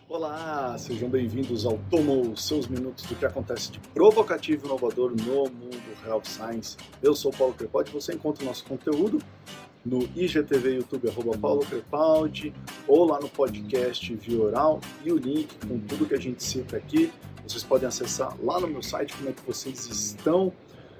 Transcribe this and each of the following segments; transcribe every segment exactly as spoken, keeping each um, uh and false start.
Olá, sejam bem-vindos ao Tomou, seus minutos do que acontece de provocativo e inovador no mundo Health Science. Eu sou o Paulo Crepaldi, você encontra o nosso conteúdo no I G T V YouTube, arroba Paulo Crepaldi, ou lá no podcast Via Oral, e o link com tudo que a gente cita aqui, vocês podem acessar lá no meu site. Como é que vocês estão?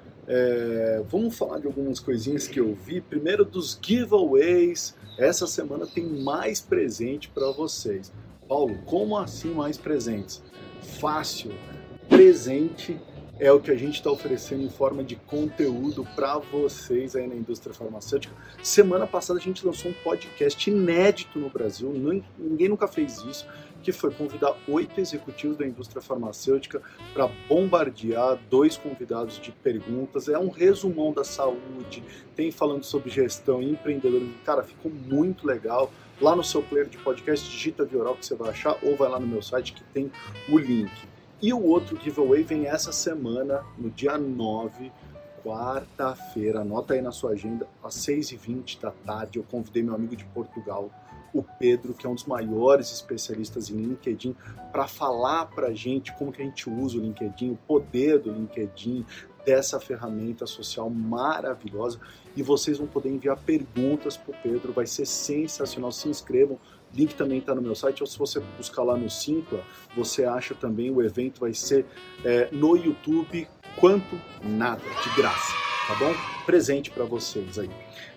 É, vamos falar de algumas coisinhas que eu vi. Primeiro dos giveaways. Essa semana tem mais presente para vocês. Paulo, como assim mais presentes? Fácil. Presente é o que a gente está oferecendo em forma de conteúdo para vocês aí na indústria farmacêutica. Semana passada a gente lançou um podcast inédito no Brasil, ninguém nunca fez isso, que foi convidar oito executivos da indústria farmacêutica para bombardear dois convidados de perguntas. É um resumão da saúde, tem falando sobre gestão e empreendedorismo. Cara, ficou muito legal. Lá no seu player de podcast, digita Via Oral que você vai achar, ou vai lá no meu site que tem o link. E o outro giveaway vem essa semana, no dia nove, quarta-feira. Anota aí na sua agenda, às seis e vinte da tarde. Eu convidei meu amigo de Portugal, o Pedro, que é um dos maiores especialistas em LinkedIn, para falar para a gente como que a gente usa o LinkedIn, o poder do LinkedIn, dessa ferramenta social maravilhosa. E vocês vão poder enviar perguntas para o Pedro, vai ser sensacional. Se inscrevam, o link também está no meu site, ou se você buscar lá no Simpla, você acha também. O evento vai ser é, no YouTube, quanto nada, de graça, tá bom? Presente para vocês aí.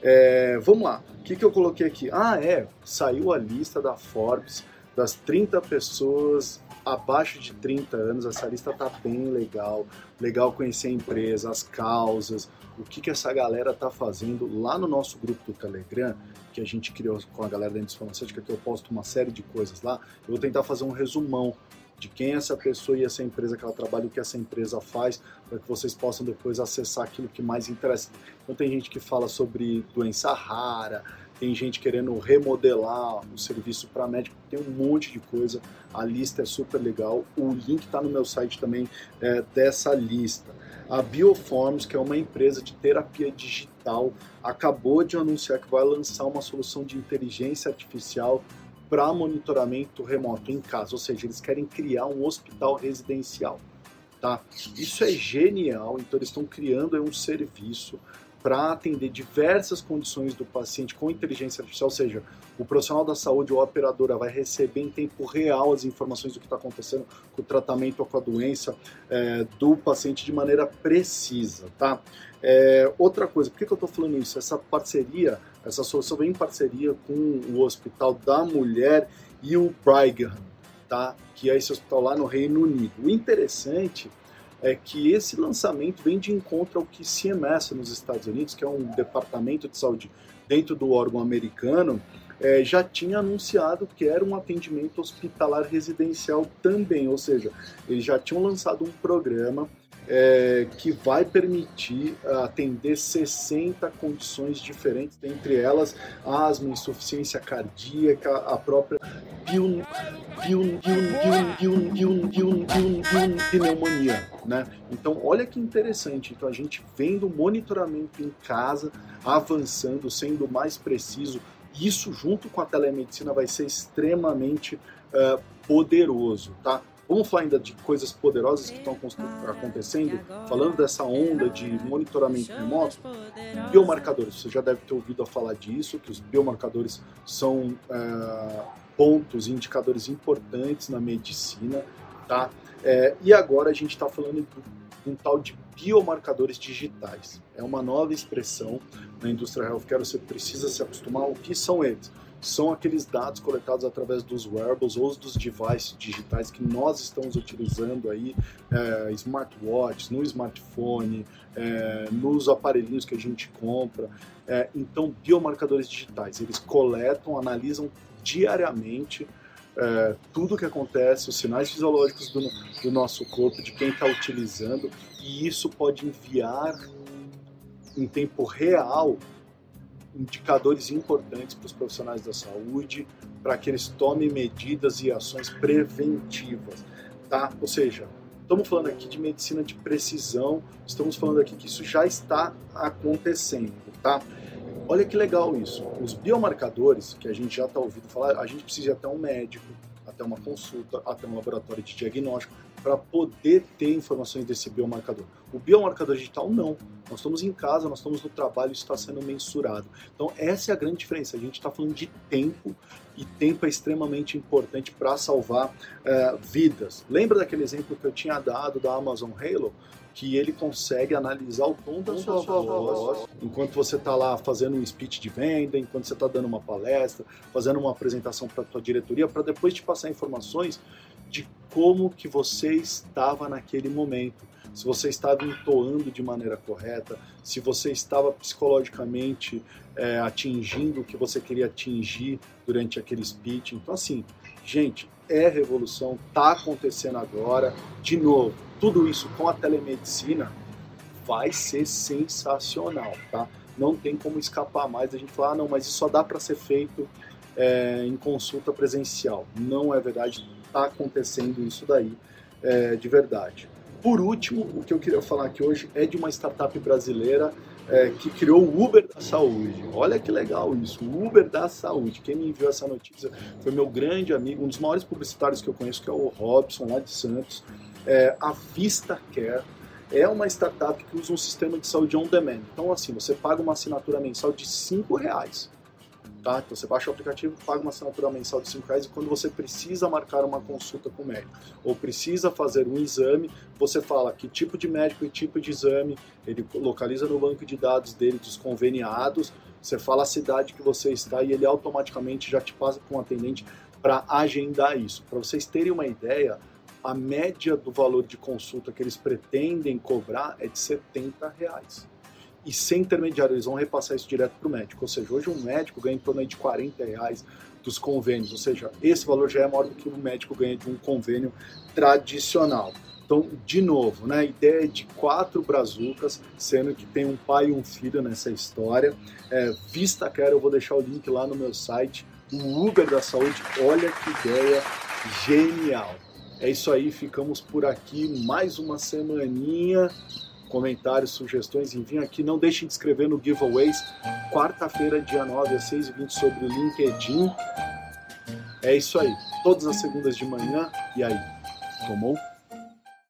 É, vamos lá, o que, que eu coloquei aqui? Ah, é, saiu a lista da Forbes das trinta pessoas abaixo de trinta anos. Essa lista tá bem legal, legal conhecer a empresa, as causas, o que, que essa galera tá fazendo lá no nosso grupo do Telegram, que a gente criou com a galera da indústria farmacêutica, que eu posto uma série de coisas lá. Eu vou tentar fazer um resumão de quem é essa pessoa e essa empresa que ela trabalha, o que essa empresa faz, para que vocês possam depois acessar aquilo que mais interessa. Então tem gente que fala sobre doença rara, tem gente querendo remodelar o serviço para médico, tem um monte de coisa, a lista é super legal, o link está no meu site também é, dessa lista. A Bioforms, que é uma empresa de terapia digital, acabou de anunciar que vai lançar uma solução de inteligência artificial para monitoramento remoto em casa, ou seja, eles querem criar um hospital residencial, tá? Isso é genial, então eles estão criando aí um serviço para atender diversas condições do paciente com inteligência artificial, ou seja, o profissional da saúde ou a operadora vai receber em tempo real as informações do que está acontecendo com o tratamento ou com a doença é, do paciente de maneira precisa, tá? É, outra coisa, por que, que eu estou falando isso? Essa parceria, essa solução vem em parceria com o Hospital da Mulher e o Brigham, tá? Que é esse hospital lá no Reino Unido. O interessante é que esse lançamento vem de encontro ao que C M S nos Estados Unidos, que é um departamento de saúde dentro do órgão americano, é, já tinha anunciado que era um atendimento hospitalar residencial também, ou seja, eles já tinham lançado um programa é, que vai permitir atender sessenta condições diferentes, dentre elas asma, insuficiência cardíaca, a própria pneumonia, né? Então, olha que interessante. Então, a gente vendo o monitoramento em casa, avançando, sendo mais preciso, isso junto com a telemedicina vai ser extremamente uh, poderoso, tá? Vamos falar ainda de coisas poderosas que estão acontecendo, falando dessa onda de monitoramento remoto. Biomarcadores, você já deve ter ouvido falar disso, que os biomarcadores são uh, pontos, indicadores importantes na medicina, tá? É, e agora a gente está falando de um tal de biomarcadores digitais. É uma nova expressão na indústria healthcare, você precisa se acostumar. O que são eles? São aqueles dados coletados através dos wearables ou dos devices digitais que nós estamos utilizando aí, é, smartwatches, no smartphone, é, nos aparelhinhos que a gente compra. É, então, biomarcadores digitais, eles coletam, analisam diariamente é, tudo o que acontece, os sinais fisiológicos do, do nosso corpo, de quem está utilizando, e isso pode enviar em tempo real indicadores importantes para os profissionais da saúde, para que eles tomem medidas e ações preventivas, tá? Ou seja, estamos falando aqui de medicina de precisão, estamos falando aqui que isso já está acontecendo, tá? Olha que legal isso. Os biomarcadores, que a gente já está ouvindo falar, a gente precisa ir até um médico, até uma consulta, até um laboratório de diagnóstico, para poder ter informações desse biomarcador. O biomarcador digital não. Nós estamos em casa, nós estamos no trabalho, isso está sendo mensurado. Então essa é a grande diferença. A gente está falando de tempo, e tempo é extremamente importante para salvar uh, vidas. Lembra daquele exemplo que eu tinha dado da Amazon Halo? Que ele consegue analisar o tom da sua voz enquanto você está lá fazendo um speech de venda, enquanto você está dando uma palestra, fazendo uma apresentação para a sua diretoria, para depois te passar informações de como que você estava naquele momento, se você estava entoando de maneira correta, se você estava psicologicamente é, atingindo o que você queria atingir durante aquele speech. Então assim, gente, é revolução, está acontecendo agora, de novo, tudo isso com a telemedicina vai ser sensacional, tá? Não tem como escapar mais, a gente falar, ah, não, mas isso só dá para ser feito é, em consulta presencial. Não é verdade, está acontecendo isso daí é, de verdade. Por último, o que eu queria falar aqui hoje é de uma startup brasileira é, que criou o Uber da Saúde. Olha que legal isso, o Uber da Saúde. Quem me enviou essa notícia foi meu grande amigo, um dos maiores publicitários que eu conheço, que é o Robson, lá de Santos. É, a VistaCare é uma startup que usa um sistema de saúde on demand. Então assim, você paga uma assinatura mensal de cinco reais. Tá? Então você baixa o aplicativo, paga uma assinatura mensal de cinco reais e quando você precisa marcar uma consulta com o médico ou precisa fazer um exame, você fala que tipo de médico e tipo de exame, ele localiza no banco de dados dele dos conveniados, você fala a cidade que você está e ele automaticamente já te passa com um atendente para agendar isso. Para vocês terem uma ideia, a média do valor de consulta que eles pretendem cobrar é de setenta reais. E sem intermediário, eles vão repassar isso direto para o médico. Ou seja, hoje um médico ganha em torno de quarenta reais dos convênios. Ou seja, esse valor já é maior do que um médico ganha de um convênio tradicional. Então, de novo, né, a ideia é de quatro brazucas, sendo que tem um pai e um filho nessa história. É, VistaCare, eu vou deixar o link lá no meu site. O Uber da Saúde, olha que ideia genial. É isso aí, ficamos por aqui mais uma semaninha. Comentários, sugestões, enviem aqui. Não deixem de escrever no Giveaways. Quarta-feira, dia nove, às seis e vinte, sobre o LinkedIn. É isso aí. Todas as segundas de manhã. E aí? Tomou?